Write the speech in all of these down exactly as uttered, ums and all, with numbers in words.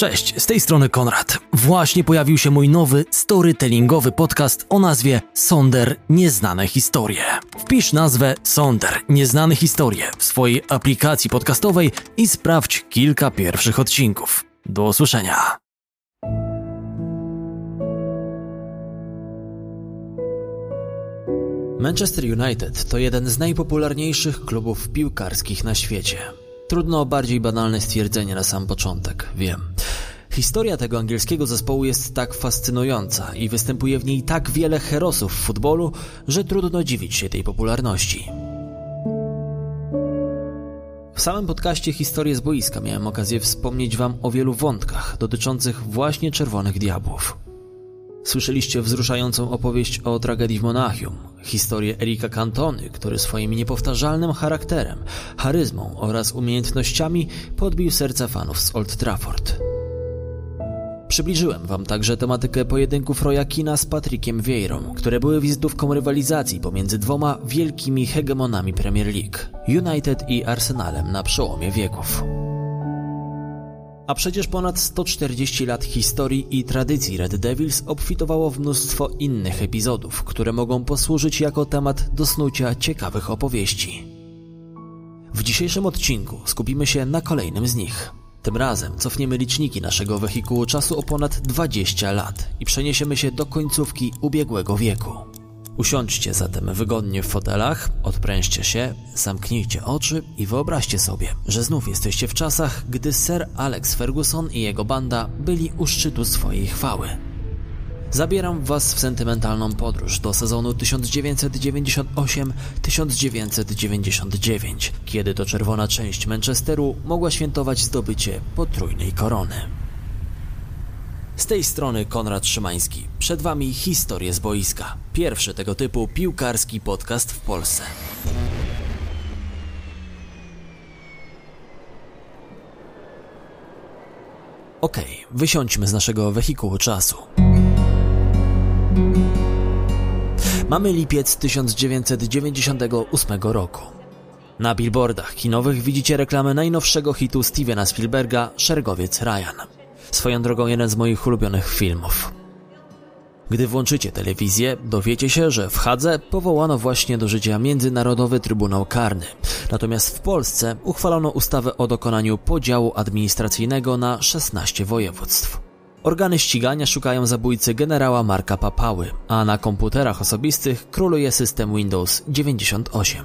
Cześć, z tej strony Konrad. Właśnie pojawił się mój nowy storytellingowy podcast o nazwie Sonder Nieznane Historie. Wpisz nazwę Sonder Nieznane Historie w swojej aplikacji podcastowej i sprawdź kilka pierwszych odcinków. Do usłyszenia. Manchester United to jeden z najpopularniejszych klubów piłkarskich na świecie. Trudno o bardziej banalne stwierdzenie na sam początek, wiem. Historia tego angielskiego zespołu jest tak fascynująca i występuje w niej tak wiele herosów w futbolu, że trudno dziwić się tej popularności. W samym podcaście Historie z boiska miałem okazję wspomnieć wam o wielu wątkach dotyczących właśnie Czerwonych Diabłów. Słyszeliście wzruszającą opowieść o tragedii w Monachium, historię Erika Cantony, który swoim niepowtarzalnym charakterem, charyzmą oraz umiejętnościami podbił serca fanów z Old Trafford. Przybliżyłem wam także tematykę pojedynków Roya Keane'a z Patrickiem Vieirą, które były wizytówką rywalizacji pomiędzy dwoma wielkimi hegemonami Premier League, United i Arsenalem na przełomie wieków. A przecież ponad sto czterdzieści lat historii i tradycji Red Devils obfitowało w mnóstwo innych epizodów, które mogą posłużyć jako temat do snucia ciekawych opowieści. W dzisiejszym odcinku skupimy się na kolejnym z nich. Tym razem cofniemy liczniki naszego wehikułu czasu o ponad dwadzieścia lat i przeniesiemy się do końcówki ubiegłego wieku. Usiądźcie zatem wygodnie w fotelach, odprężcie się, zamknijcie oczy i wyobraźcie sobie, że znów jesteście w czasach, gdy Sir Alex Ferguson i jego banda byli u szczytu swojej chwały. Zabieram was w sentymentalną podróż do sezonu tysiąc dziewięćset dziewięćdziesiąt osiem tysiąc dziewięćset dziewięćdziesiąt dziewięć, kiedy to czerwona część Manchesteru mogła świętować zdobycie potrójnej korony. Z tej strony Konrad Szymański. Przed wami Historie z boiska. Pierwszy tego typu piłkarski podcast w Polsce. Okej, okay, wysiądźmy z naszego wehikułu czasu. Mamy lipiec tysiąc dziewięćset dziewięćdziesiątego ósmego roku. Na billboardach kinowych widzicie reklamę najnowszego hitu Stevena Spielberga Szeregowiec Ryan. Swoją drogą jeden z moich ulubionych filmów. Gdy włączycie telewizję, dowiecie się, że w Hadze powołano właśnie do życia Międzynarodowy Trybunał Karny. Natomiast w Polsce uchwalono ustawę o dokonaniu podziału administracyjnego na szesnaście województw. Organy ścigania szukają zabójcy generała Marka Papały, a na komputerach osobistych króluje system Windows dziewięćdziesiąt osiem.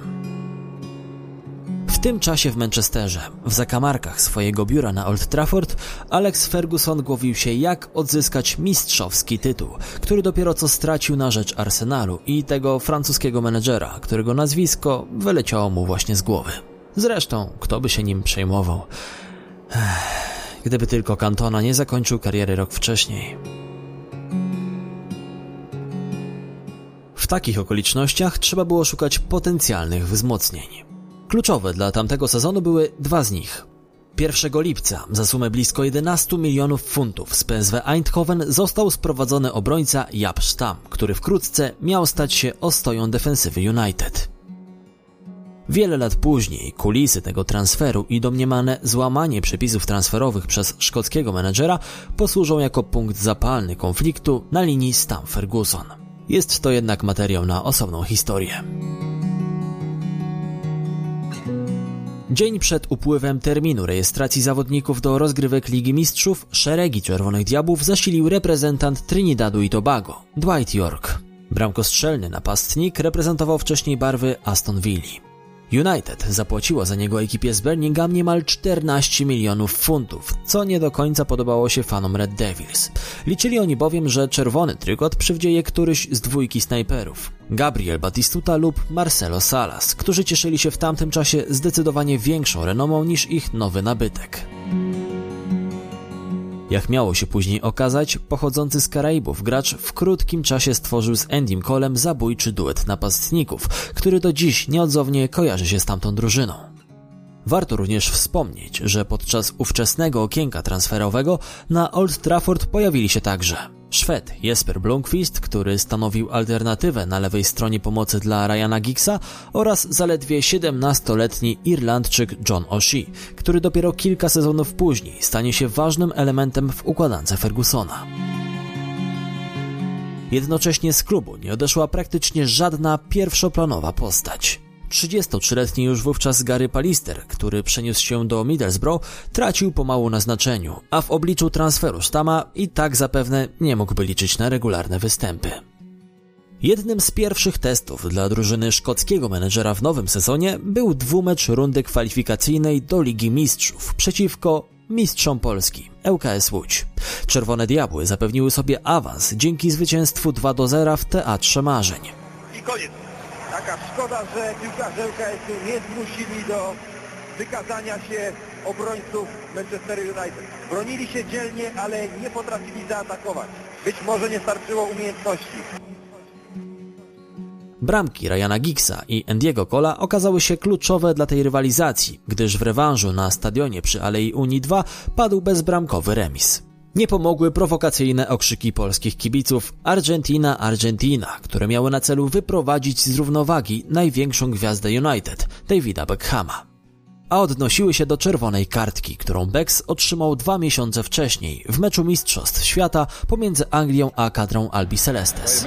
W tym czasie w Manchesterze, w zakamarkach swojego biura na Old Trafford, Alex Ferguson głowił się, jak odzyskać mistrzowski tytuł, który dopiero co stracił na rzecz Arsenalu i tego francuskiego menedżera, którego nazwisko wyleciało mu właśnie z głowy. Zresztą, kto by się nim przejmował? Ech, gdyby tylko Cantona nie zakończył kariery rok wcześniej. W takich okolicznościach trzeba było szukać potencjalnych wzmocnień. Kluczowe dla tamtego sezonu były dwa z nich. pierwszego lipca za sumę blisko jedenaście milionów funtów z P S W Eindhoven został sprowadzony obrońca Jaap Stam, który wkrótce miał stać się ostoją defensywy United. Wiele lat później kulisy tego transferu i domniemane złamanie przepisów transferowych przez szkockiego menedżera posłużą jako punkt zapalny konfliktu na linii Stam-Ferguson. Jest to jednak materiał na osobną historię. Dzień przed upływem terminu rejestracji zawodników do rozgrywek Ligi Mistrzów szeregi Czerwonych Diabłów zasilił reprezentant Trinidadu i Tobago, Dwight Yorke. Bramkostrzelny napastnik reprezentował wcześniej barwy Aston Villa. United zapłaciło za niego ekipie z Birmingham niemal czternaście milionów funtów, co nie do końca podobało się fanom Red Devils. Liczyli oni bowiem, że czerwony trykot przywdzieje któryś z dwójki snajperów, Gabriel Batistuta lub Marcelo Salas, którzy cieszyli się w tamtym czasie zdecydowanie większą renomą niż ich nowy nabytek. Jak miało się później okazać, pochodzący z Karaibów gracz w krótkim czasie stworzył z Andym Colem zabójczy duet napastników, który do dziś nieodzownie kojarzy się z tamtą drużyną. Warto również wspomnieć, że podczas ówczesnego okienka transferowego na Old Trafford pojawili się także Szwed Jesper Blomqvist, który stanowił alternatywę na lewej stronie pomocy dla Ryana Giggsa, oraz zaledwie siedemnastoletni Irlandczyk John O'Shea, który dopiero kilka sezonów później stanie się ważnym elementem w układance Fergusona. Jednocześnie z klubu nie odeszła praktycznie żadna pierwszoplanowa postać. trzydziestotrzyletni już wówczas Gary Pallister, który przeniósł się do Middlesbrough, tracił pomału na znaczeniu, a w obliczu transferu Sztama i tak zapewne nie mógłby liczyć na regularne występy. Jednym z pierwszych testów dla drużyny szkockiego menedżera w nowym sezonie był dwumecz rundy kwalifikacyjnej do Ligi Mistrzów przeciwko mistrzom Polski, L K S Łódź. Czerwone Diabły zapewniły sobie awans dzięki zwycięstwu dwa do zera w Teatrze Marzeń. I koniec. Taka szkoda, że piłkarze L K S-u nie zmusili do wykazania się obrońców Manchester United. Bronili się dzielnie, ale nie potrafili zaatakować. Być może nie starczyło umiejętności. Bramki Ryana Giggsa i Andy'ego Cole'a okazały się kluczowe dla tej rywalizacji, gdyż w rewanżu na stadionie przy Alei Unii dwa padł bezbramkowy remis. Nie pomogły prowokacyjne okrzyki polskich kibiców Argentina, Argentina, które miały na celu wyprowadzić z równowagi największą gwiazdę United, Davida Beckhama. A odnosiły się do czerwonej kartki, którą Becks otrzymał dwa miesiące wcześniej w meczu Mistrzostw Świata pomiędzy Anglią a kadrą Albi Celestes.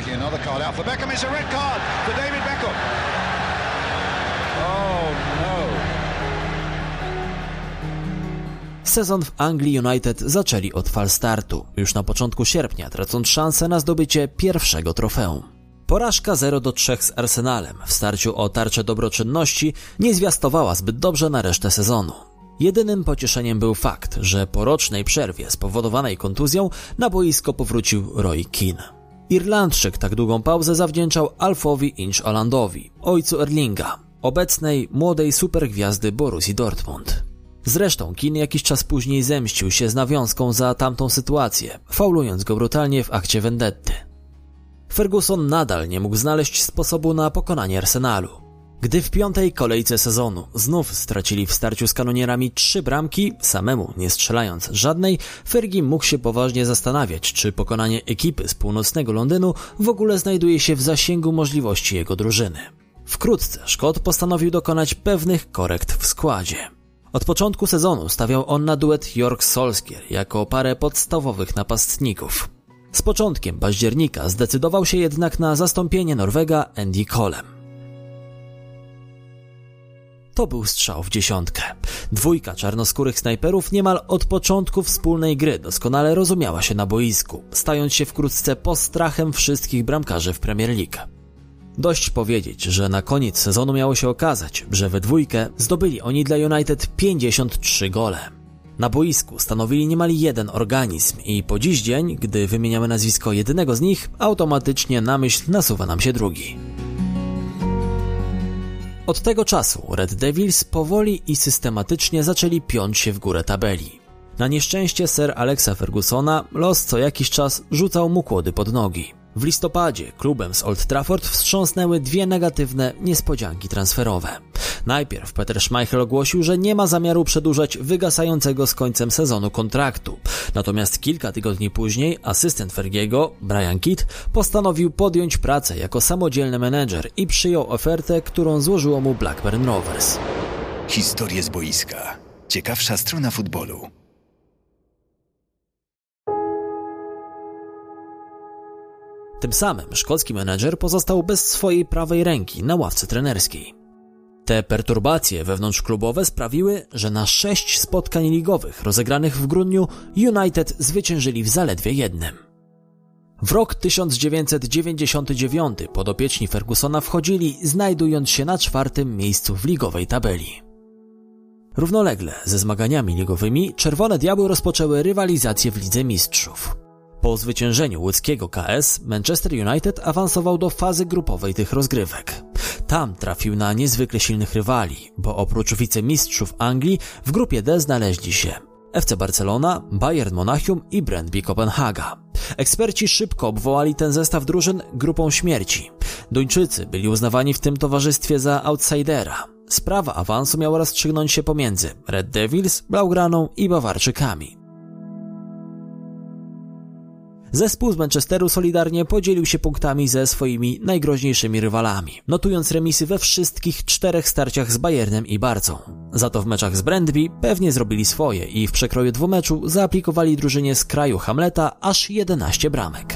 Sezon w Anglii United zaczęli od falstartu, już na początku sierpnia tracąc szansę na zdobycie pierwszego trofeum. Porażka zero do trzech z Arsenalem w starciu o tarczę dobroczynności nie zwiastowała zbyt dobrze na resztę sezonu. Jedynym pocieszeniem był fakt, że po rocznej przerwie spowodowanej kontuzją na boisko powrócił Roy Keane. Irlandczyk tak długą pauzę zawdzięczał Alfowi Inch-Haalandowi, ojcu Erlinga, obecnej młodej supergwiazdy Borussii Dortmund. Zresztą Keane jakiś czas później zemścił się z nawiązką za tamtą sytuację, faulując go brutalnie w akcie vendetty. Ferguson nadal nie mógł znaleźć sposobu na pokonanie Arsenalu. Gdy w piątej kolejce sezonu znów stracili w starciu z kanonierami trzy bramki, samemu nie strzelając żadnej, Fergie mógł się poważnie zastanawiać, czy pokonanie ekipy z północnego Londynu w ogóle znajduje się w zasięgu możliwości jego drużyny. Wkrótce Szkot postanowił dokonać pewnych korekt w składzie. Od początku sezonu stawiał on na duet York-Solskjaer jako parę podstawowych napastników. Z początkiem października zdecydował się jednak na zastąpienie Norwega Andy Colem. To był strzał w dziesiątkę. Dwójka czarnoskórych snajperów niemal od początku wspólnej gry doskonale rozumiała się na boisku, stając się wkrótce postrachem wszystkich bramkarzy w Premier League. Dość powiedzieć, że na koniec sezonu miało się okazać, że we dwójkę zdobyli oni dla United pięćdziesiąt trzy gole. Na boisku stanowili niemal jeden organizm i po dziś dzień, gdy wymieniamy nazwisko jednego z nich, automatycznie na myśl nasuwa nam się drugi. Od tego czasu Red Devils powoli i systematycznie zaczęli piąć się w górę tabeli. Na nieszczęście Sir Alexa Fergusona los co jakiś czas rzucał mu kłody pod nogi. W listopadzie klubem z Old Trafford wstrząsnęły dwie negatywne niespodzianki transferowe. Najpierw Peter Schmeichel ogłosił, że nie ma zamiaru przedłużać wygasającego z końcem sezonu kontraktu. Natomiast kilka tygodni później asystent Fergiego, Brian Kidd, postanowił podjąć pracę jako samodzielny menedżer i przyjął ofertę, którą złożyło mu Blackburn Rovers. Historie z boiska. Ciekawsza strona futbolu. Tym samym szkocki menedżer pozostał bez swojej prawej ręki na ławce trenerskiej. Te perturbacje wewnątrzklubowe sprawiły, że na sześć spotkań ligowych rozegranych w grudniu United zwyciężyli w zaledwie jednym. W rok tysiąc dziewięćset dziewięćdziesiąty dziewiąty podopieczni Fergusona wchodzili, znajdując się na czwartym miejscu w ligowej tabeli. Równolegle ze zmaganiami ligowymi Czerwone Diabły rozpoczęły rywalizację w Lidze Mistrzów. Po zwyciężeniu łódzkiego K S Manchester United awansował do fazy grupowej tych rozgrywek. Tam trafił na niezwykle silnych rywali, bo oprócz wicemistrzów Anglii w grupie D znaleźli się F C Barcelona, Bayern Monachium i Brøndby Kopenhaga. Eksperci szybko obwołali ten zestaw drużyn grupą śmierci. Duńczycy byli uznawani w tym towarzystwie za outsidera. Sprawa awansu miała rozstrzygnąć się pomiędzy Red Devils, Blaugraną i Bawarczykami. Zespół z Manchesteru solidarnie podzielił się punktami ze swoimi najgroźniejszymi rywalami, notując remisy we wszystkich czterech starciach z Bayernem i Barcą. Za to w meczach z Brøndby pewnie zrobili swoje i w przekroju dwumeczu zaaplikowali drużynie z kraju Hamleta aż jedenaście bramek.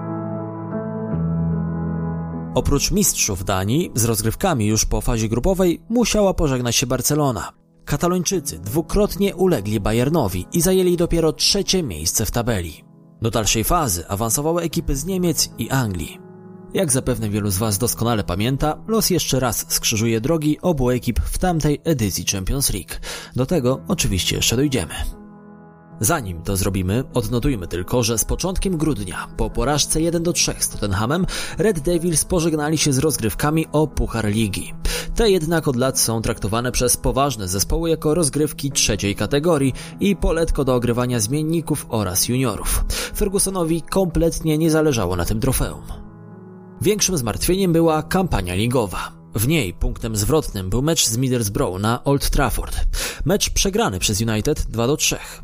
Oprócz mistrzów Danii, z rozgrywkami już po fazie grupowej musiała pożegnać się Barcelona. Katalończycy dwukrotnie ulegli Bayernowi i zajęli dopiero trzecie miejsce w tabeli. Do dalszej fazy awansowały ekipy z Niemiec i Anglii. Jak zapewne wielu z Was doskonale pamięta, los jeszcze raz skrzyżuje drogi obu ekip w tamtej edycji Champions League. Do tego oczywiście jeszcze dojdziemy. Zanim to zrobimy, odnotujmy tylko, że z początkiem grudnia, po porażce jeden do trzech z Tottenhamem, Red Devils pożegnali się z rozgrywkami o Puchar Ligi. Te jednak od lat są traktowane przez poważne zespoły jako rozgrywki trzeciej kategorii i poletko do ogrywania zmienników oraz juniorów. Fergusonowi kompletnie nie zależało na tym trofeum. Większym zmartwieniem była kampania ligowa. W niej punktem zwrotnym był mecz z Middlesbrough na Old Trafford. Mecz przegrany przez United dwa do trzech.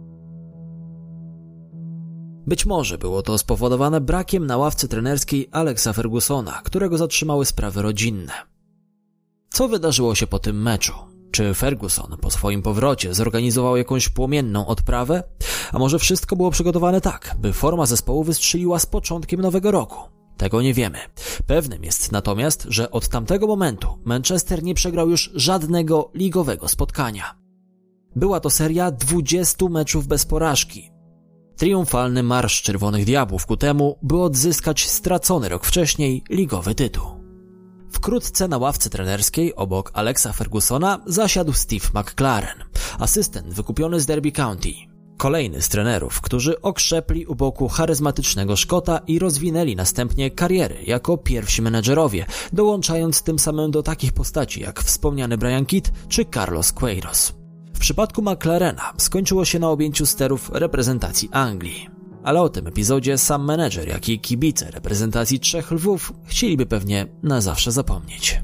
Być może było to spowodowane brakiem na ławce trenerskiej Alexa Fergusona, którego zatrzymały sprawy rodzinne. Co wydarzyło się po tym meczu? Czy Ferguson po swoim powrocie zorganizował jakąś płomienną odprawę? A może wszystko było przygotowane tak, by forma zespołu wystrzeliła z początkiem nowego roku? Tego nie wiemy. Pewnym jest natomiast, że od tamtego momentu Manchester nie przegrał już żadnego ligowego spotkania. Była to seria dwudziestu meczów bez porażki. Triumfalny marsz Czerwonych Diabłów ku temu, by odzyskać stracony rok wcześniej ligowy tytuł. Wkrótce na ławce trenerskiej obok Alexa Fergusona zasiadł Steve McClaren, asystent wykupiony z Derby County. Kolejny z trenerów, którzy okrzepli u boku charyzmatycznego Szkota i rozwinęli następnie kariery jako pierwsi menedżerowie, dołączając tym samym do takich postaci jak wspomniany Brian Kidd czy Carlos Queiroz. W przypadku McClarena skończyło się na objęciu sterów reprezentacji Anglii. Ale o tym epizodzie sam menedżer, jak i kibice reprezentacji Trzech Lwów chcieliby pewnie na zawsze zapomnieć.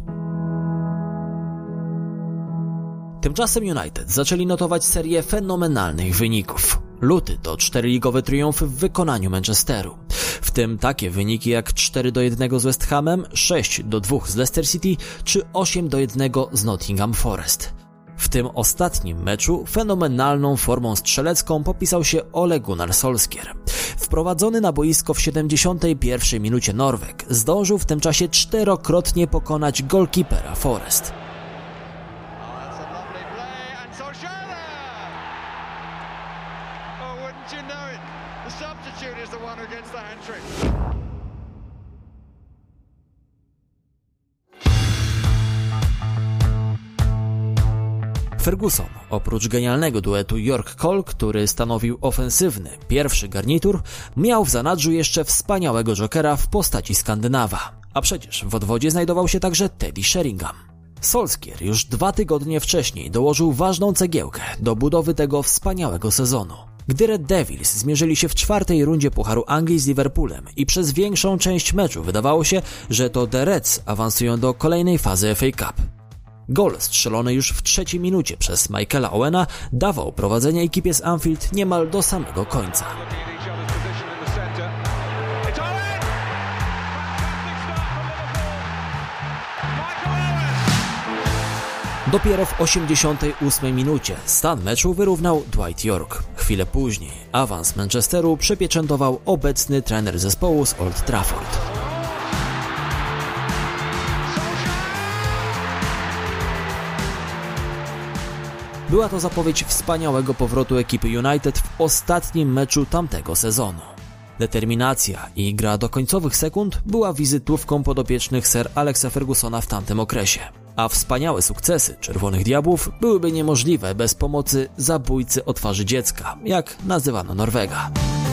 Tymczasem United zaczęli notować serię fenomenalnych wyników. Luty to cztery ligowe triumfy w wykonaniu Manchesteru. W tym takie wyniki jak cztery do jednego z West Hamem, sześć do dwóch z Leicester City czy osiem do jednego z Nottingham Forest. W tym ostatnim meczu fenomenalną formą strzelecką popisał się Ole Gunnar Solskjaer. Wprowadzony na boisko w siedemdziesiątej pierwszej minucie Norweg zdążył w tym czasie czterokrotnie pokonać golkipera Forest. Ferguson, oprócz genialnego duetu York Cole, który stanowił ofensywny, pierwszy garnitur, miał w zanadrzu jeszcze wspaniałego jokera w postaci Skandynawa. A przecież w odwodzie znajdował się także Teddy Sheringham. Solskjaer już dwa tygodnie wcześniej dołożył ważną cegiełkę do budowy tego wspaniałego sezonu. Gdy Red Devils zmierzyli się w czwartej rundzie Pucharu Anglii z Liverpoolem i przez większą część meczu wydawało się, że to The Reds awansują do kolejnej fazy F A Cup. Gol strzelony już w trzeciej minucie przez Michaela Owena dawał prowadzenie ekipie z Anfield niemal do samego końca. Dopiero w osiemdziesiątej ósmej minucie stan meczu wyrównał Dwight York. Chwilę później awans Manchesteru przypieczętował obecny trener zespołu z Old Trafford. Była to zapowiedź wspaniałego powrotu ekipy United w ostatnim meczu tamtego sezonu. Determinacja i gra do końcowych sekund była wizytówką podopiecznych Sir Alexa Fergusona w tamtym okresie. A wspaniałe sukcesy Czerwonych Diabłów byłyby niemożliwe bez pomocy zabójcy o twarzy dziecka, jak nazywano Norwega.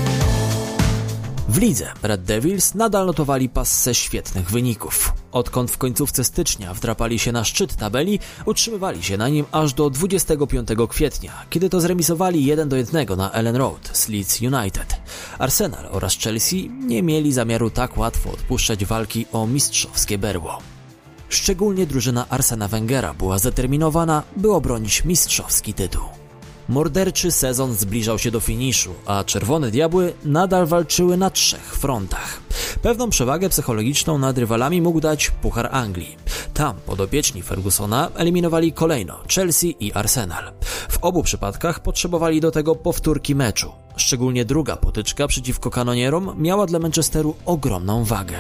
W lidze Red Devils nadal notowali passę świetnych wyników. Odkąd w końcówce stycznia wdrapali się na szczyt tabeli, utrzymywali się na nim aż do dwudziestego piątego kwietnia, kiedy to zremisowali jeden do jednego na Ellen Road z Leeds United. Arsenal oraz Chelsea nie mieli zamiaru tak łatwo odpuszczać walki o mistrzowskie berło. Szczególnie drużyna Arsena Wengera była zdeterminowana, by obronić mistrzowski tytuł. Morderczy sezon zbliżał się do finiszu, a Czerwone Diabły nadal walczyły na trzech frontach. Pewną przewagę psychologiczną nad rywalami mógł dać Puchar Anglii. Tam podopieczni Fergusona eliminowali kolejno Chelsea i Arsenal. W obu przypadkach potrzebowali do tego powtórki meczu. Szczególnie druga potyczka przeciwko kanonierom miała dla Manchesteru ogromną wagę.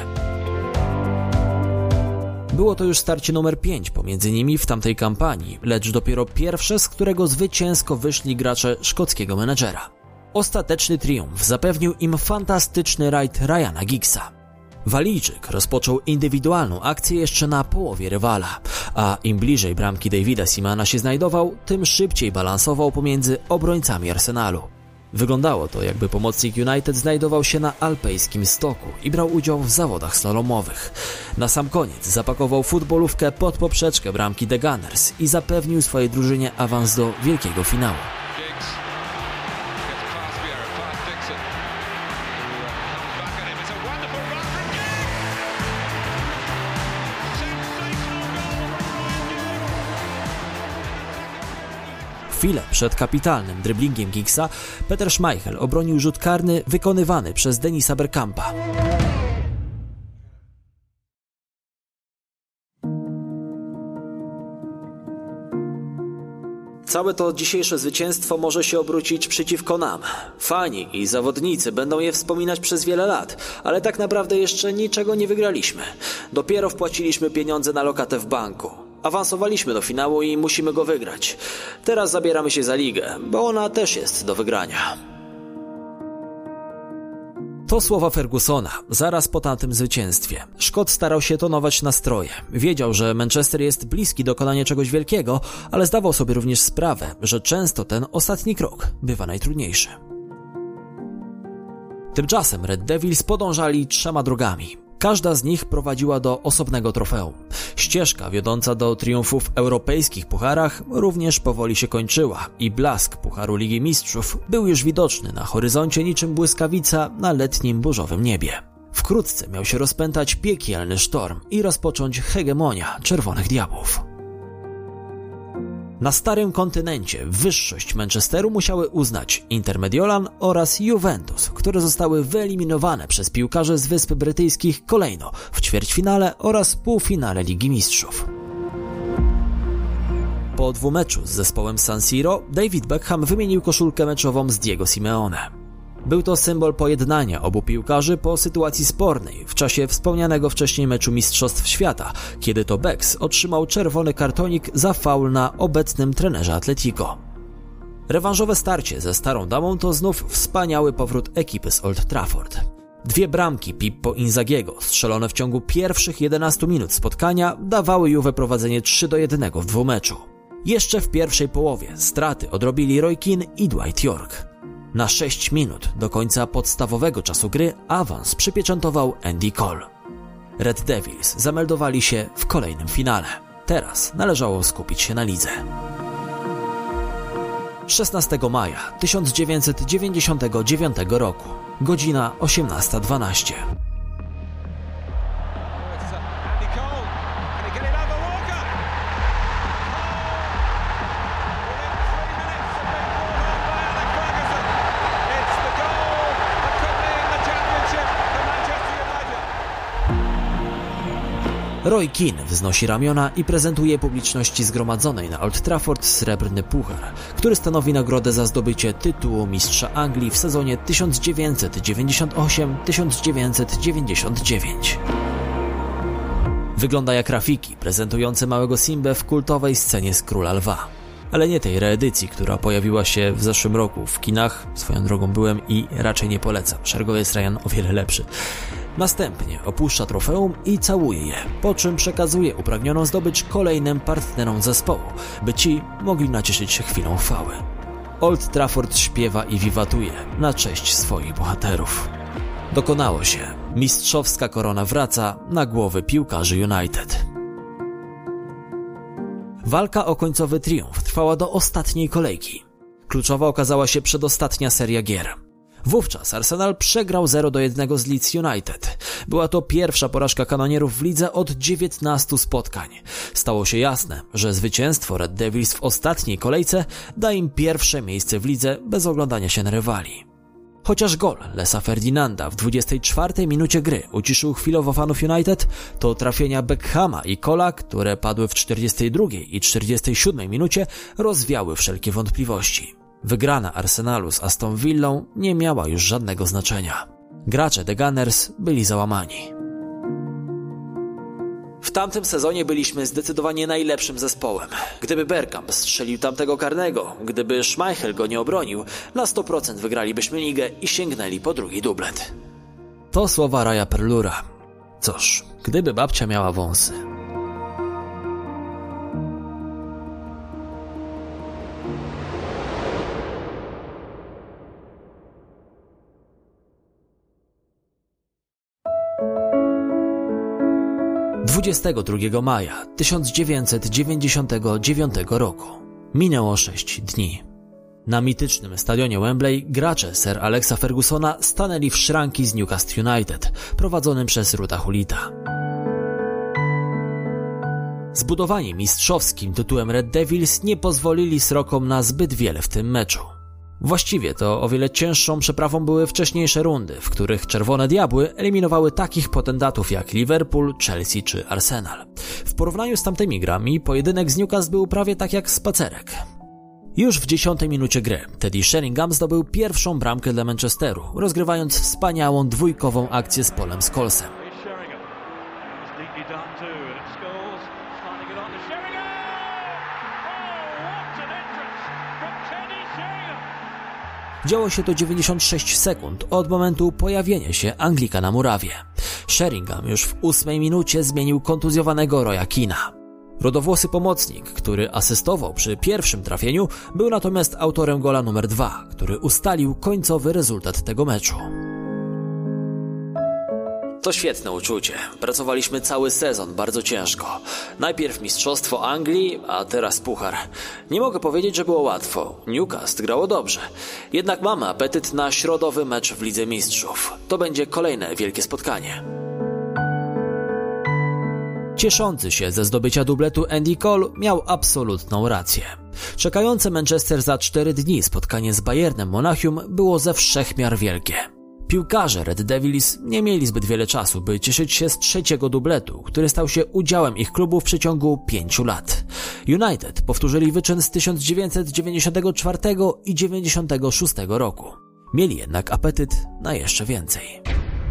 Było to już starcie numer pięć pomiędzy nimi w tamtej kampanii, lecz dopiero pierwsze, z którego zwycięsko wyszli gracze szkockiego menedżera. Ostateczny triumf zapewnił im fantastyczny rajd Ryana Giggsa. Walijczyk rozpoczął indywidualną akcję jeszcze na połowie rywala, a im bliżej bramki Davida Seamana się znajdował, tym szybciej balansował pomiędzy obrońcami Arsenalu. Wyglądało to, jakby pomocnik United znajdował się na alpejskim stoku i brał udział w zawodach slalomowych. Na sam koniec zapakował futbolówkę pod poprzeczkę bramki The Gunners i zapewnił swojej drużynie awans do wielkiego finału. Chwilę przed kapitalnym driblingiem Giggsa Peter Schmeichel obronił rzut karny wykonywany przez Denisa Bergkampa. Całe to dzisiejsze zwycięstwo może się obrócić przeciwko nam. Fani i zawodnicy będą je wspominać przez wiele lat, ale tak naprawdę jeszcze niczego nie wygraliśmy. Dopiero wpłaciliśmy pieniądze na lokatę w banku. Awansowaliśmy do finału i musimy go wygrać. Teraz zabieramy się za ligę, bo ona też jest do wygrania. To słowa Fergusona, zaraz po tamtym zwycięstwie. Szkot starał się tonować nastroje. Wiedział, że Manchester jest bliski dokonania czegoś wielkiego, ale zdawał sobie również sprawę, że często ten ostatni krok bywa najtrudniejszy. Tymczasem Red Devils podążali trzema drogami. Każda z nich prowadziła do osobnego trofeum. Ścieżka wiodąca do triumfów w europejskich pucharach również powoli się kończyła i blask Pucharu Ligi Mistrzów był już widoczny na horyzoncie niczym błyskawica na letnim burzowym niebie. Wkrótce miał się rozpętać piekielny sztorm i rozpocząć hegemonia Czerwonych Diabłów. Na starym kontynencie wyższość Manchesteru musiały uznać Inter Mediolan oraz Juventus, które zostały wyeliminowane przez piłkarzy z Wysp Brytyjskich kolejno w ćwierćfinale oraz półfinale Ligi Mistrzów. Po dwumeczu z zespołem San Siro David Beckham wymienił koszulkę meczową z Diego Simeone. Był to symbol pojednania obu piłkarzy po sytuacji spornej w czasie wspomnianego wcześniej meczu Mistrzostw Świata, kiedy to Becks otrzymał czerwony kartonik za faul na obecnym trenerze Atletico. Rewanżowe starcie ze Starą Damą to znów wspaniały powrót ekipy z Old Trafford. Dwie bramki Pippo Inzaghiego strzelone w ciągu pierwszych jedenastu minut spotkania dawały Juve prowadzenie trzy do jednego w dwumeczu. Jeszcze w pierwszej połowie straty odrobili Roy Keane i Dwight York. Na sześć minut do końca podstawowego czasu gry awans przypieczętował Andy Cole. Red Devils zameldowali się w kolejnym finale. Teraz należało skupić się na lidze. szesnastego maja tysiąc dziewięćset dziewięćdziesiątego dziewiątego roku, godzina osiemnasta dwanaście. Roy Keane wznosi ramiona i prezentuje publiczności zgromadzonej na Old Trafford srebrny puchar, który stanowi nagrodę za zdobycie tytułu mistrza Anglii w sezonie tysiąc dziewięćset dziewięćdziesiąt osiem tysiąc dziewięćset dziewięćdziesiąt dziewięć. Wygląda jak rafiki prezentujące małego Simbę w kultowej scenie z Króla Lwa. Ale nie tej reedycji, która pojawiła się w zeszłym roku w kinach. Swoją drogą byłem i raczej nie polecam. Szeregowiec Ryan o wiele lepszy. Następnie opuszcza trofeum i całuje je, po czym przekazuje upragnioną zdobycz kolejnym partnerom zespołu, by ci mogli nacieszyć się chwilą chwały. Old Trafford śpiewa i wiwatuje na cześć swoich bohaterów. Dokonało się. Mistrzowska korona wraca na głowy piłkarzy United. Walka o końcowy triumf trwała do ostatniej kolejki. Kluczowa okazała się przedostatnia seria gier. Wówczas Arsenal przegrał zero do jednego z Leeds United. Była to pierwsza porażka kanonierów w lidze od dziewiętnastu spotkań. Stało się jasne, że zwycięstwo Red Devils w ostatniej kolejce da im pierwsze miejsce w lidze bez oglądania się na rywali. Chociaż gol Lesa Ferdinanda w dwudziestej czwartej minucie gry uciszył chwilowo fanów United, to trafienia Beckhama i Cola, które padły w czterdziestej drugiej i czterdziestej siódmej minucie, rozwiały wszelkie wątpliwości. Wygrana Arsenalu z Aston Villą nie miała już żadnego znaczenia. Gracze The Gunners byli załamani. W tamtym sezonie byliśmy zdecydowanie najlepszym zespołem. Gdyby Bergkamp strzelił tamtego karnego, gdyby Schmeichel go nie obronił, na sto procent wygralibyśmy ligę i sięgnęli po drugi dublet. To słowa Raya Perlura. Cóż, gdyby babcia miała wąsy. dwudziestego drugiego maja tysiąc dziewięćset dziewięćdziesiątego dziewiątego roku. Minęło sześć dni. Na mitycznym stadionie Wembley gracze Sir Alexa Fergusona stanęli w szranki z Newcastle United, prowadzonym przez Ruta Hullita. Zbudowani mistrzowskim tytułem Red Devils nie pozwolili Srokom na zbyt wiele w tym meczu. Właściwie to o wiele cięższą przeprawą były wcześniejsze rundy, w których Czerwone Diabły eliminowały takich potentatów jak Liverpool, Chelsea czy Arsenal. W porównaniu z tamtymi grami pojedynek z Newcastle był prawie tak jak spacerek. Już w dziesiątej minucie gry Teddy Sheringham zdobył pierwszą bramkę dla Manchesteru, rozgrywając wspaniałą dwójkową akcję z Polem Scholesem. Działo się to dziewięćdziesiąt sześć sekund od momentu pojawienia się Anglika na murawie. Sheringham już w ósmej minucie zmienił kontuzjowanego Roya Keana. Rudowłosy pomocnik, który asystował przy pierwszym trafieniu, był natomiast autorem gola numer dwa, który ustalił końcowy rezultat tego meczu. To świetne uczucie. Pracowaliśmy cały sezon bardzo ciężko. Najpierw mistrzostwo Anglii, a teraz puchar. Nie mogę powiedzieć, że było łatwo. Newcastle grało dobrze. Jednak mamy apetyt na środowy mecz w Lidze Mistrzów. To będzie kolejne wielkie spotkanie. Cieszący się ze zdobycia dubletu Andy Cole miał absolutną rację. Czekające Manchester za cztery dni spotkanie z Bayernem Monachium było ze wszech miar wielkie. Piłkarze Red Devils nie mieli zbyt wiele czasu, by cieszyć się z trzeciego dubletu, który stał się udziałem ich klubu w przeciągu pięciu lat. United powtórzyli wyczyn z tysiąc dziewięćset dziewięćdziesiątego czwartego i dziewięćdziesiątego szóstego roku. Mieli jednak apetyt na jeszcze więcej.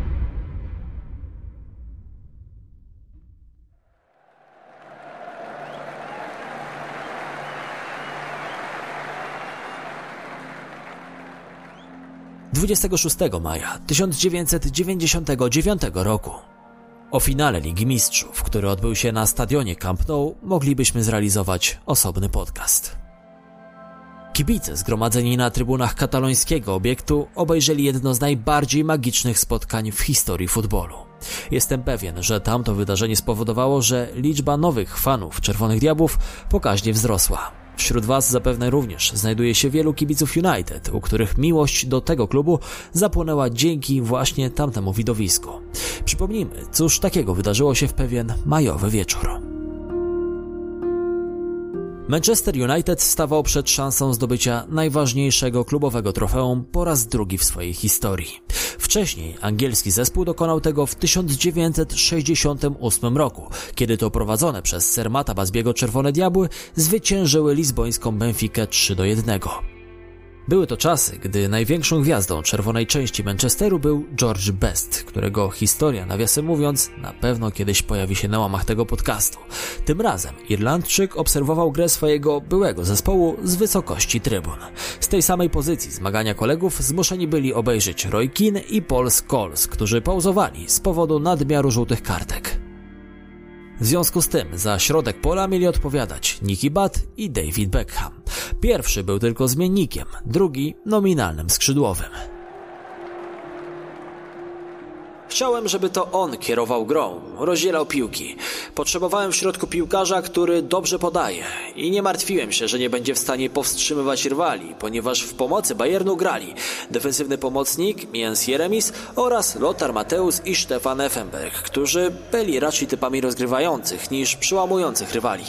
dwudziestego szóstego maja tysiąc dziewięćset dziewięćdziesiątego dziewiątego roku. O finale Ligi Mistrzów, który odbył się na stadionie Camp Nou, moglibyśmy zrealizować osobny podcast. Kibice zgromadzeni na trybunach katalońskiego obiektu obejrzeli jedno z najbardziej magicznych spotkań w historii futbolu. Jestem pewien, że tamto wydarzenie spowodowało, że liczba nowych fanów Czerwonych Diabłów pokaźnie wzrosła. Wśród Was zapewne również znajduje się wielu kibiców United, u których miłość do tego klubu zapłonęła dzięki właśnie tamtemu widowisku. Przypomnijmy, cóż takiego wydarzyło się w pewien majowy wieczór. Manchester United stawał przed szansą zdobycia najważniejszego klubowego trofeum po raz drugi w swojej historii. Wcześniej angielski zespół dokonał tego w tysiąc dziewięćset sześćdziesiątym ósmym roku, kiedy to prowadzone przez Sir Matta Busby'ego Czerwone Diabły zwyciężyły lizbońską Benfikę trzy do jednego. Były to czasy, gdy największą gwiazdą czerwonej części Manchesteru był George Best, którego historia, nawiasem mówiąc, na pewno kiedyś pojawi się na łamach tego podcastu. Tym razem Irlandczyk obserwował grę swojego byłego zespołu z wysokości trybun. Z tej samej pozycji zmagania kolegów zmuszeni byli obejrzeć Roy Keane i Paul Scholes, którzy pauzowali z powodu nadmiaru żółtych kartek. W związku z tym za środek pola mieli odpowiadać Nicky Butt i David Beckham. Pierwszy był tylko zmiennikiem, drugi nominalnym skrzydłowym. W Chciałem, żeby to on kierował grą, rozdzielał piłki. Potrzebowałem w środku piłkarza, który dobrze podaje i nie martwiłem się, że nie będzie w stanie powstrzymywać rywali, ponieważ w pomocy Bayernu grali defensywny pomocnik Jens Jeremis oraz Lothar Matthäus i Stefan Effenberg, którzy byli raczej typami rozgrywających niż przełamujących rywali.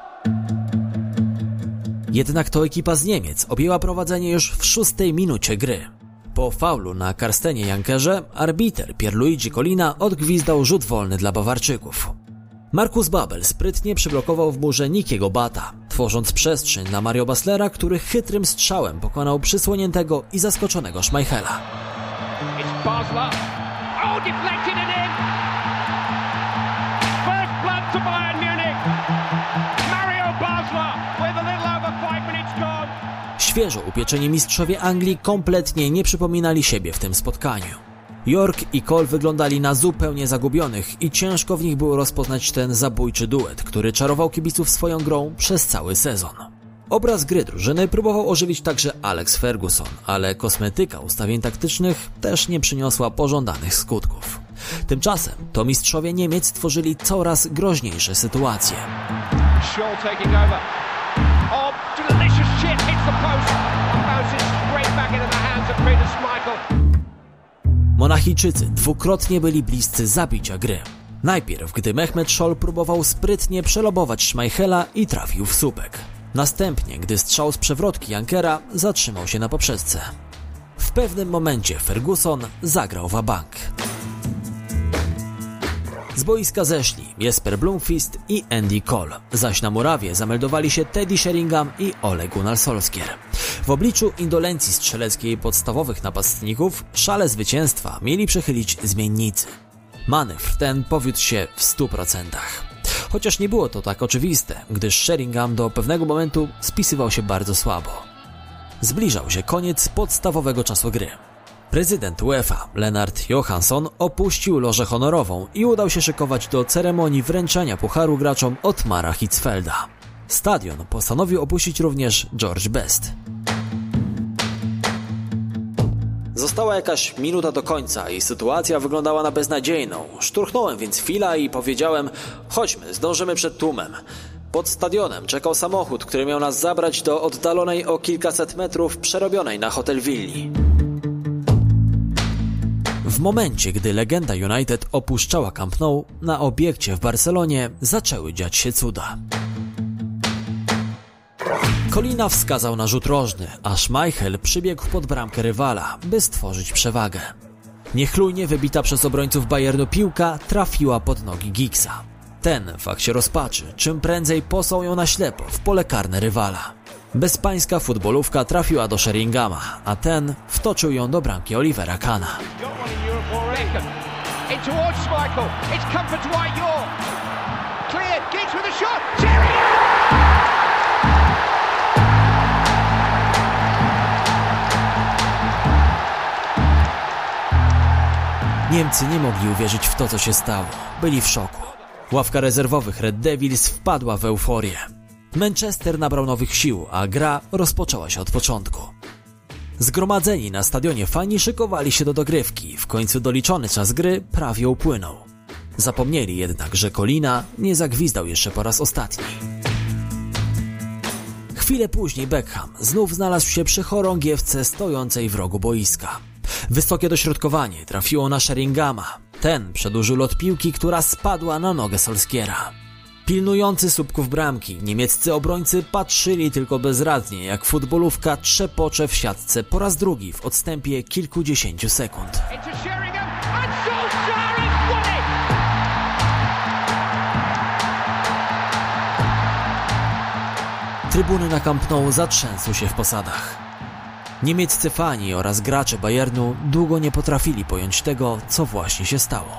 Jednak to ekipa z Niemiec objęła prowadzenie już w szóstej minucie gry. Po faulu na Karstenie Jankerze arbiter Pierluigi Collina odgwizdał rzut wolny dla Bawarczyków. Markus Babbel sprytnie przyblokował w murze Nickiego Bata, tworząc przestrzeń dla Mario Baslera, który chytrym strzałem pokonał przysłoniętego i zaskoczonego Schmeichela. It's Basler. Oh, deflected it in. First blood to Bayern Munich. Mario Basler with a little over five minutes gone. Świeżo upieczeni mistrzowie Anglii kompletnie nie przypominali siebie w tym spotkaniu. York i Cole wyglądali na zupełnie zagubionych i ciężko w nich było rozpoznać ten zabójczy duet, który czarował kibiców swoją grą przez cały sezon. Obraz gry drużyny próbował ożywić także Alex Ferguson, ale kosmetyka ustawień taktycznych też nie przyniosła pożądanych skutków. Tymczasem to mistrzowie Niemiec tworzyli coraz groźniejsze sytuacje. Shaw taking over. Oh, delicious shit hits the post. Bounces straight back into the hands of Peter Schmeichel. Monachijczycy dwukrotnie byli bliscy zabicia gry. Najpierw, gdy Mehmet Scholl próbował sprytnie przelobować Schmeichela i trafił w słupek. Następnie, gdy strzał z przewrotki Jankera zatrzymał się na poprzeczce. W pewnym momencie Ferguson zagrał wabank. Z boiska zeszli Jesper Blomqvist i Andy Cole, zaś na murawie zameldowali się Teddy Sheringham i Ole Gunnar Solskjaer. W obliczu indolencji strzeleckiej podstawowych napastników szale zwycięstwa mieli przechylić zmiennicy. Manewr ten powiódł się w stu procentach. Chociaż nie było to tak oczywiste, gdyż Sheringham do pewnego momentu spisywał się bardzo słabo. Zbliżał się koniec podstawowego czasu gry. Prezydent UEFA, Lennart Johansson, opuścił lożę honorową i udał się szykować do ceremonii wręczania pucharu graczom Ottmara Hitzfelda. Stadion postanowił opuścić również George Best. Została jakaś minuta do końca i sytuacja wyglądała na beznadziejną. Szturchnąłem więc chwila i powiedziałem: chodźmy, zdążymy przed tłumem. Pod stadionem czekał samochód, który miał nas zabrać do oddalonej o kilkaset metrów przerobionej na hotel willi. W momencie, gdy legenda United opuszczała Camp Nou, na obiekcie w Barcelonie zaczęły dziać się cuda. Collina wskazał na rzut rożny, a Schmeichel przybiegł pod bramkę rywala, by stworzyć przewagę. Niechlujnie wybita przez obrońców Bayernu piłka trafiła pod nogi Giggsa. Ten w akcie rozpaczy czym prędzej posłał ją na ślepo w pole karne rywala. Bezpańska futbolówka trafiła do Sheringhama, a ten wtoczył ją do bramki Olivera Kahna. Niemcy nie mogli uwierzyć w to, co się stało. Byli w szoku. Ławka rezerwowych Red Devils wpadła w euforię. Manchester nabrał nowych sił, a gra rozpoczęła się od początku. Zgromadzeni na stadionie fani szykowali się do dogrywki. W końcu doliczony czas gry prawie upłynął. Zapomnieli jednak, że Collina nie zagwizdał jeszcze po raz ostatni. Chwilę później Beckham znów znalazł się przy chorągiewce stojącej w rogu boiska. Wysokie dośrodkowanie trafiło na Sheringhama. Ten przedłużył lot piłki, która spadła na nogę Solskjaera. Pilnujący słupków bramki, niemieccy obrońcy patrzyli tylko bezradnie, jak futbolówka trzepocze w siatce po raz drugi w odstępie kilkudziesięciu sekund. Trybuny na Camp Nou zatrzęsły się w posadach. Niemieccy fani oraz gracze Bayernu długo nie potrafili pojąć tego, co właśnie się stało.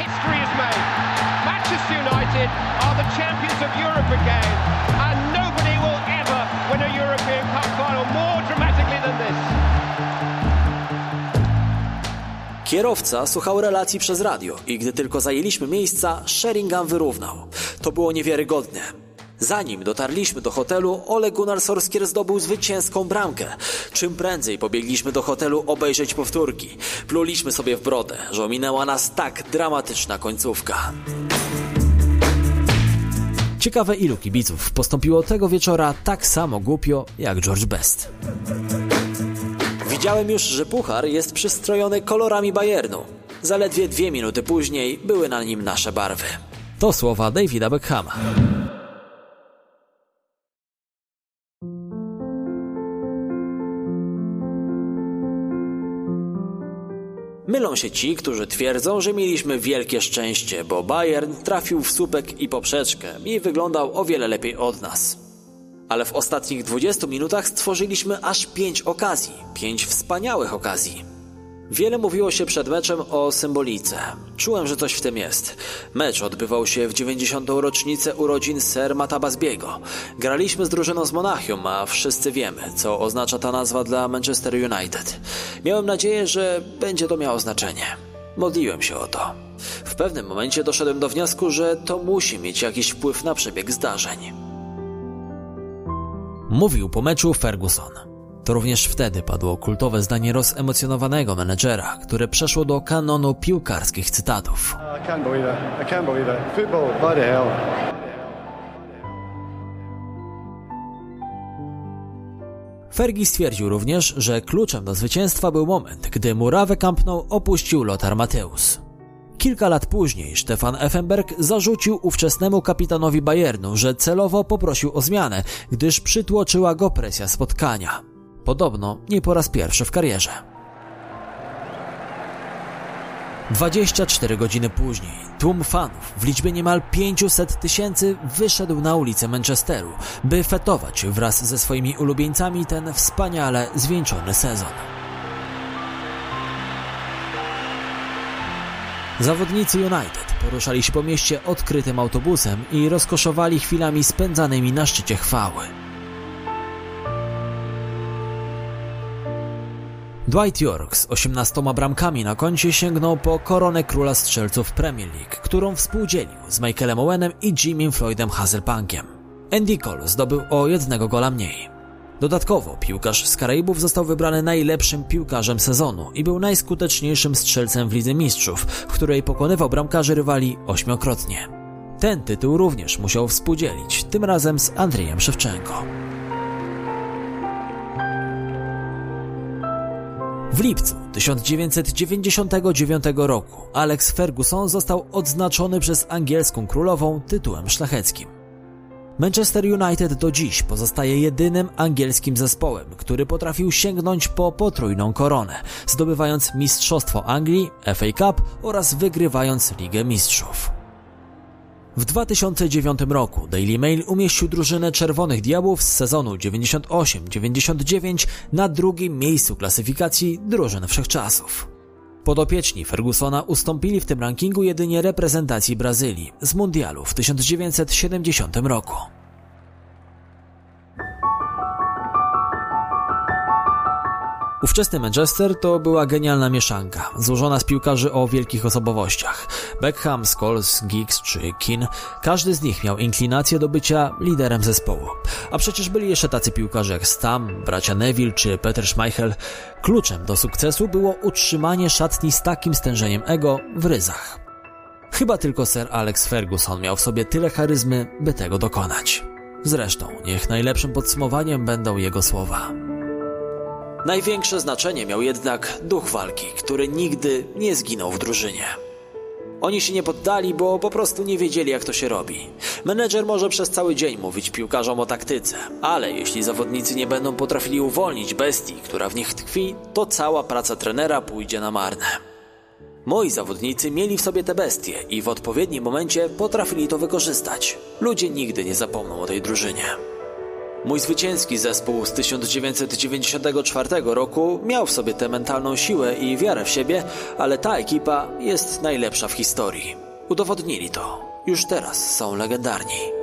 Kierowca słuchał relacji przez radio i gdy tylko zajęliśmy miejsca, Sheringham wyrównał. To było niewiarygodne. Zanim dotarliśmy do hotelu, Ole Gunnar Solskjaer zdobył zwycięską bramkę. Czym prędzej pobiegliśmy do hotelu obejrzeć powtórki. Pluliśmy sobie w brodę, że ominęła nas tak dramatyczna końcówka. Ciekawe, ilu kibiców postąpiło tego wieczora tak samo głupio jak George Best. Widziałem już, że puchar jest przystrojony kolorami Bayernu. Zaledwie dwie minuty później były na nim nasze barwy. To słowa Davida Beckhama. Mylą się ci, którzy twierdzą, że mieliśmy wielkie szczęście, bo Bayern trafił w słupek i poprzeczkę i wyglądał o wiele lepiej od nas. Ale w ostatnich dwudziestu minutach stworzyliśmy aż pięć okazji, pięć wspaniałych okazji. Wiele mówiło się przed meczem o symbolice. Czułem, że coś w tym jest. Mecz odbywał się w dziewięćdziesiątą rocznicę urodzin Sir Matta Busby'ego. Graliśmy z drużyną z Monachium, a wszyscy wiemy, co oznacza ta nazwa dla Manchester United. Miałem nadzieję, że będzie to miało znaczenie. Modliłem się o to. W pewnym momencie doszedłem do wniosku, że to musi mieć jakiś wpływ na przebieg zdarzeń. Mówił po meczu Ferguson. To również wtedy padło kultowe zdanie rozemocjonowanego menedżera, które przeszło do kanonu piłkarskich cytatów. I can't believe it. I can't believe it. Football, what the hell. Fergie stwierdził również, że kluczem do zwycięstwa był moment, gdy murawę Camp Nou opuścił Lothar Matthäus. Kilka lat później Stefan Effenberg zarzucił ówczesnemu kapitanowi Bayernu, że celowo poprosił o zmianę, gdyż przytłoczyła go presja spotkania. Podobno nie po raz pierwszy w karierze. dwadzieścia cztery godziny później tłum fanów w liczbie niemal pięćset tysięcy wyszedł na ulicę Manchesteru, by fetować wraz ze swoimi ulubieńcami ten wspaniale zwieńczony sezon. Zawodnicy United poruszali się po mieście odkrytym autobusem i rozkoszowali chwilami spędzanymi na szczycie chwały. Dwight York z osiemnastoma bramkami na koncie sięgnął po koronę króla strzelców Premier League, którą współdzielił z Michaelem Owenem i Jimmym Floydem Hasselbankiem. Andy Cole zdobył o jednego gola mniej. Dodatkowo piłkarz z Karaibów został wybrany najlepszym piłkarzem sezonu i był najskuteczniejszym strzelcem w Lidze Mistrzów, w której pokonywał bramkarzy rywali ośmiokrotnie. Ten tytuł również musiał współdzielić, tym razem z Andrzejem Szewczenko. W lipcu tysiąc dziewięćset dziewięćdziesiątego dziewiątego roku Alex Ferguson został odznaczony przez angielską królową tytułem szlacheckim. Manchester United do dziś pozostaje jedynym angielskim zespołem, który potrafił sięgnąć po potrójną koronę, zdobywając Mistrzostwo Anglii, F A Cup oraz wygrywając Ligę Mistrzów. W dwa tysiące dziewiątym roku Daily Mail umieścił drużynę Czerwonych Diabłów z sezonu dziewięćdziesiąt osiem dziewięćdziesiąt dziewięć na drugim miejscu klasyfikacji drużyn wszechczasów. Podopieczni Fergusona ustąpili w tym rankingu jedynie reprezentacji Brazylii z mundialu w tysiąc dziewięćset siedemdziesiątym roku. Ówczesny Manchester to była genialna mieszanka, złożona z piłkarzy o wielkich osobowościach. Beckham, Scholes, Giggs czy Keane, każdy z nich miał inklinację do bycia liderem zespołu. A przecież byli jeszcze tacy piłkarze jak Stam, bracia Neville czy Peter Schmeichel. Kluczem do sukcesu było utrzymanie szatni z takim stężeniem ego w ryzach. Chyba tylko Sir Alex Ferguson miał w sobie tyle charyzmy, by tego dokonać. Zresztą niech najlepszym podsumowaniem będą jego słowa. Największe znaczenie miał jednak duch walki, który nigdy nie zginął w drużynie. Oni się nie poddali, bo po prostu nie wiedzieli, jak to się robi. Menedżer może przez cały dzień mówić piłkarzom o taktyce, ale jeśli zawodnicy nie będą potrafili uwolnić bestii, która w nich tkwi, to cała praca trenera pójdzie na marne. Moi zawodnicy mieli w sobie te bestie i w odpowiednim momencie potrafili to wykorzystać. Ludzie nigdy nie zapomną o tej drużynie. Mój zwycięski zespół z tysiąc dziewięćset dziewięćdziesiątego czwartego roku miał w sobie tę mentalną siłę i wiarę w siebie, ale ta ekipa jest najlepsza w historii. Udowodnili to. Już teraz są legendarni.